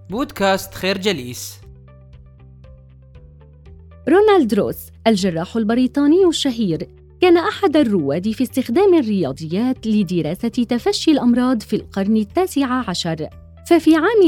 بودكاست خير جليس. رونالد روس الجراح البريطاني الشهير كان أحد الرواد في استخدام الرياضيات لدراسة تفشي الأمراض في القرن التاسع عشر. ففي عام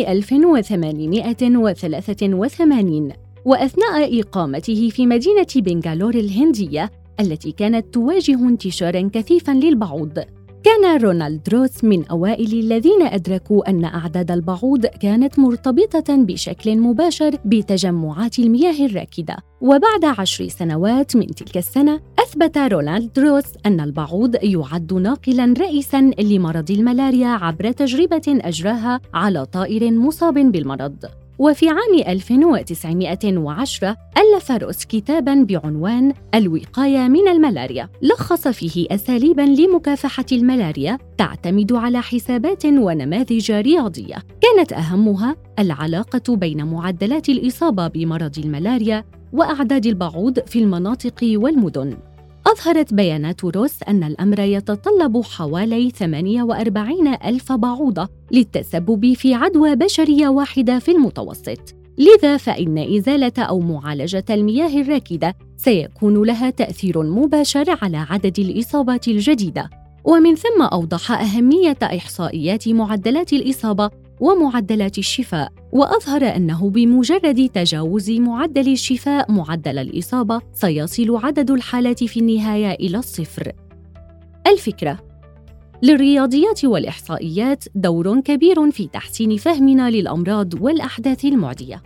1883 وأثناء إقامته في مدينة بنغالور الهندية التي كانت تواجه انتشاراً كثيفاً للبعوض، كان رونالد روس من أوائل الذين أدركوا أن أعداد البعوض كانت مرتبطة بشكل مباشر بتجمعات المياه الراكدة. وبعد 10 سنوات من تلك السنة، أثبت رونالد روس أن البعوض يعد ناقلاً رئيساً لمرض الملاريا عبر تجربة أجراها على طائر مصاب بالمرض. وفي عام 1910 ألف روس كتاباً بعنوان الوقاية من الملاريا، لخص فيه أساليباً لمكافحة الملاريا تعتمد على حسابات ونماذج رياضية، كانت أهمها العلاقة بين معدلات الإصابة بمرض الملاريا وأعداد البعوض في المناطق والمدن. أظهرت بيانات روس أن الأمر يتطلب حوالي 48,000 بعوضة للتسبب في عدوى بشرية واحدة في المتوسط، لذا فإن إزالة أو معالجة المياه الراكدة سيكون لها تأثير مباشر على عدد الإصابات الجديدة. ومن ثم أوضح أهمية إحصائيات معدلات الإصابة ومعدلات الشفاء، وأظهر أنه بمجرد تجاوز معدل الشفاء معدل الإصابة سيصل عدد الحالات في النهاية إلى الصفر. الفكرة: للرياضيات والإحصائيات دور كبير في تحسين فهمنا للأمراض والأحداث المعدية.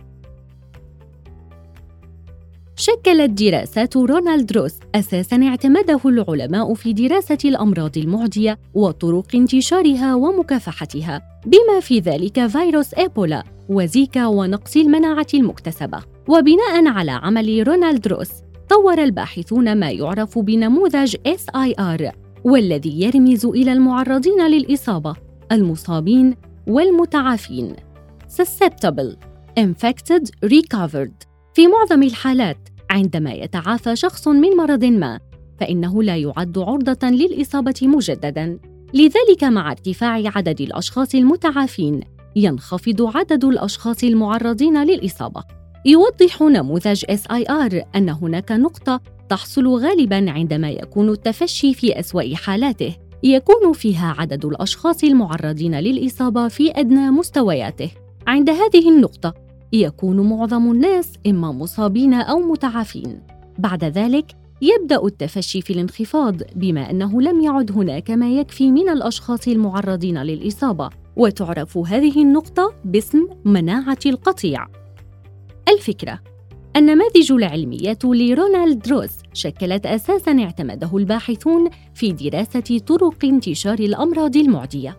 شكلت دراسات رونالد روس أساساً اعتمده العلماء في دراسة الأمراض المعدية وطرق انتشارها ومكافحتها، بما في ذلك فيروس إيبولا وزيكا ونقص المناعة المكتسبة. وبناءً على عمل رونالد روس، طور الباحثون ما يعرف بنموذج SIR، والذي يرمز إلى المعرضين للإصابة، المصابين والمتعافين susceptible, infected, recovered. في معظم الحالات عندما يتعافى شخص من مرض ما فإنه لا يعد عرضة للإصابة مجدداً، لذلك مع ارتفاع عدد الأشخاص المتعافين ينخفض عدد الأشخاص المعرضين للإصابة. يوضح نموذج SIR أن هناك نقطة تحصل غالباً عندما يكون التفشي في أسوأ حالاته، يكون فيها عدد الأشخاص المعرضين للإصابة في أدنى مستوياته. عند هذه النقطة يكون معظم الناس إما مصابين أو متعافين. بعد ذلك يبدأ التفشي في الانخفاض، بما أنه لم يعد هناك ما يكفي من الأشخاص المعرضين للإصابة، وتعرف هذه النقطة باسم مناعة القطيع. الفكرة: النماذج العلمية لرونالد روس شكلت أساساً اعتمده الباحثون في دراسة طرق انتشار الأمراض المعدية.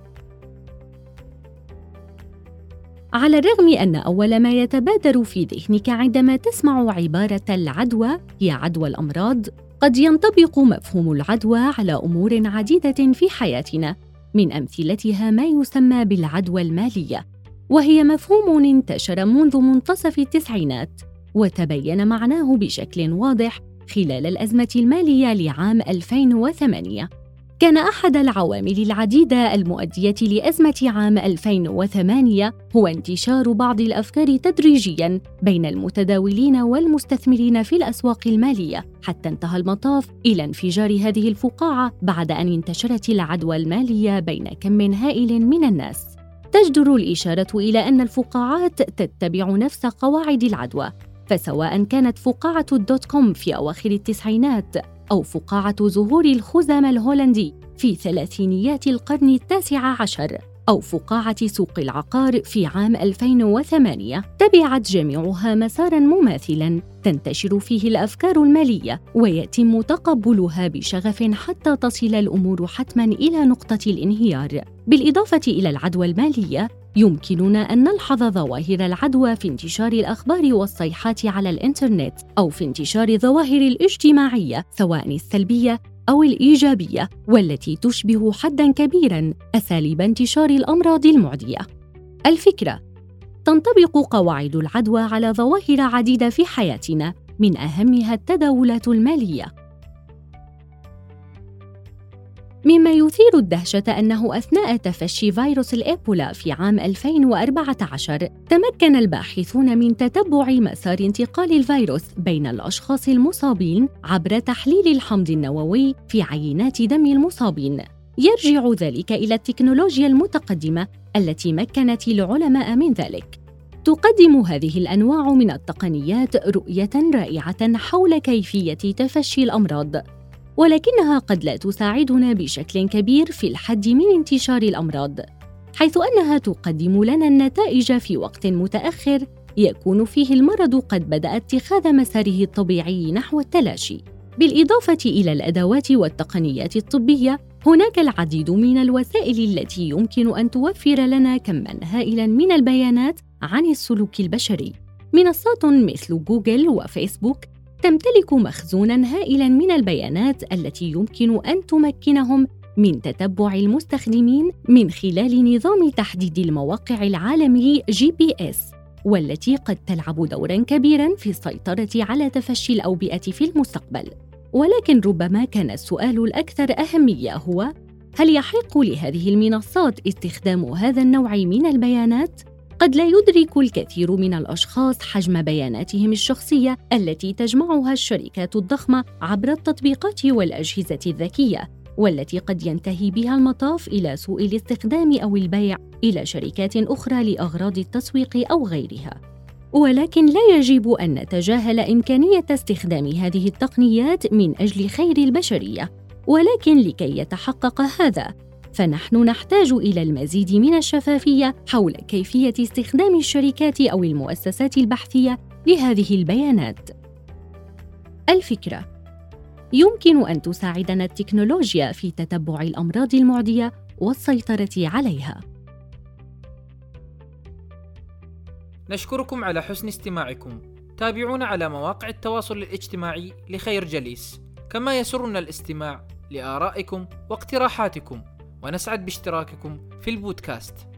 على الرغم أن أول ما يتبادر في ذهنك عندما تسمع عبارة العدوى هي عدوى الأمراض، قد ينطبق مفهوم العدوى على أمور عديدة في حياتنا، من أمثلتها ما يسمى بالعدوى المالية، وهي مفهوم انتشر منذ منتصف التسعينات، وتبين معناه بشكل واضح خلال الأزمة المالية لعام 2008. كان أحد العوامل العديدة المؤدية لأزمة عام 2008 هو انتشار بعض الأفكار تدريجياً بين المتداولين والمستثمرين في الأسواق المالية، حتى انتهى المطاف إلى انفجار هذه الفقاعة بعد أن انتشرت العدوى المالية بين كم هائل من الناس. تجدر الإشارة إلى أن الفقاعات تتبع نفس قواعد العدوى، فسواء كانت فقاعة .com في أواخر التسعينات أو فقاعة ظهور الخزامة الهولندي في ثلاثينيات القرن التاسع عشر أو فقاعة سوق العقار في عام 2008، تبعت جميعها مساراً مماثلاً تنتشر فيه الأفكار المالية ويتم تقبلها بشغف حتى تصل الأمور حتماً إلى نقطة الانهيار. بالإضافة إلى العدوى المالية، يمكننا أن نلحظ ظواهر العدوى في انتشار الأخبار والصيحات على الإنترنت، أو في انتشار الظواهر الاجتماعية سواء السلبية أو الإيجابية، والتي تشبه حداً كبيراً أساليب انتشار الأمراض المعدية. الفكرة: تنطبق قواعد العدوى على ظواهر عديدة في حياتنا، من أهمها التداولات المالية. مما يثير الدهشة أنه أثناء تفشي فيروس الإيبولا في عام 2014 تمكن الباحثون من تتبع مسار انتقال الفيروس بين الأشخاص المصابين عبر تحليل الحمض النووي في عينات دم المصابين. يرجع ذلك إلى التكنولوجيا المتقدمة التي مكنت العلماء من ذلك. تقدم هذه الأنواع من التقنيات رؤية رائعة حول كيفية تفشي الأمراض، ولكنها قد لا تساعدنا بشكل كبير في الحد من انتشار الأمراض، حيث أنها تقدم لنا النتائج في وقت متأخر يكون فيه المرض قد بدأ اتخاذ مساره الطبيعي نحو التلاشي. بالإضافة إلى الأدوات والتقنيات الطبية، هناك العديد من الوسائل التي يمكن أن توفر لنا كماً هائلاً من البيانات عن السلوك البشري. منصات مثل جوجل وفيسبوك تمتلك مخزوناً هائلاً من البيانات التي يمكن أن تمكنهم من تتبع المستخدمين من خلال نظام تحديد المواقع العالمي GPS، والتي قد تلعب دوراً كبيراً في السيطرة على تفشي الأوبئة في المستقبل. ولكن ربما كان السؤال الأكثر أهمية هو: هل يحق لهذه المنصات استخدام هذا النوع من البيانات؟ قد لا يدرك الكثير من الأشخاص حجم بياناتهم الشخصية التي تجمعها الشركات الضخمة عبر التطبيقات والأجهزة الذكية، والتي قد ينتهي بها المطاف إلى سوء الاستخدام أو البيع إلى شركات أخرى لأغراض التسويق أو غيرها. ولكن لا يجب أن نتجاهل إمكانية استخدام هذه التقنيات من أجل خير البشرية، ولكن لكي يتحقق هذا فنحن نحتاج إلى المزيد من الشفافية حول كيفية استخدام الشركات أو المؤسسات البحثية لهذه البيانات. الفكرة: يمكن أن تساعدنا التكنولوجيا في تتبع الأمراض المعدية والسيطرة عليها. نشكركم على حسن استماعكم. تابعونا على مواقع التواصل الاجتماعي لخير جليس، كما يسرنا الاستماع لآرائكم واقتراحاتكم، ونسعد باشتراككم في البودكاست.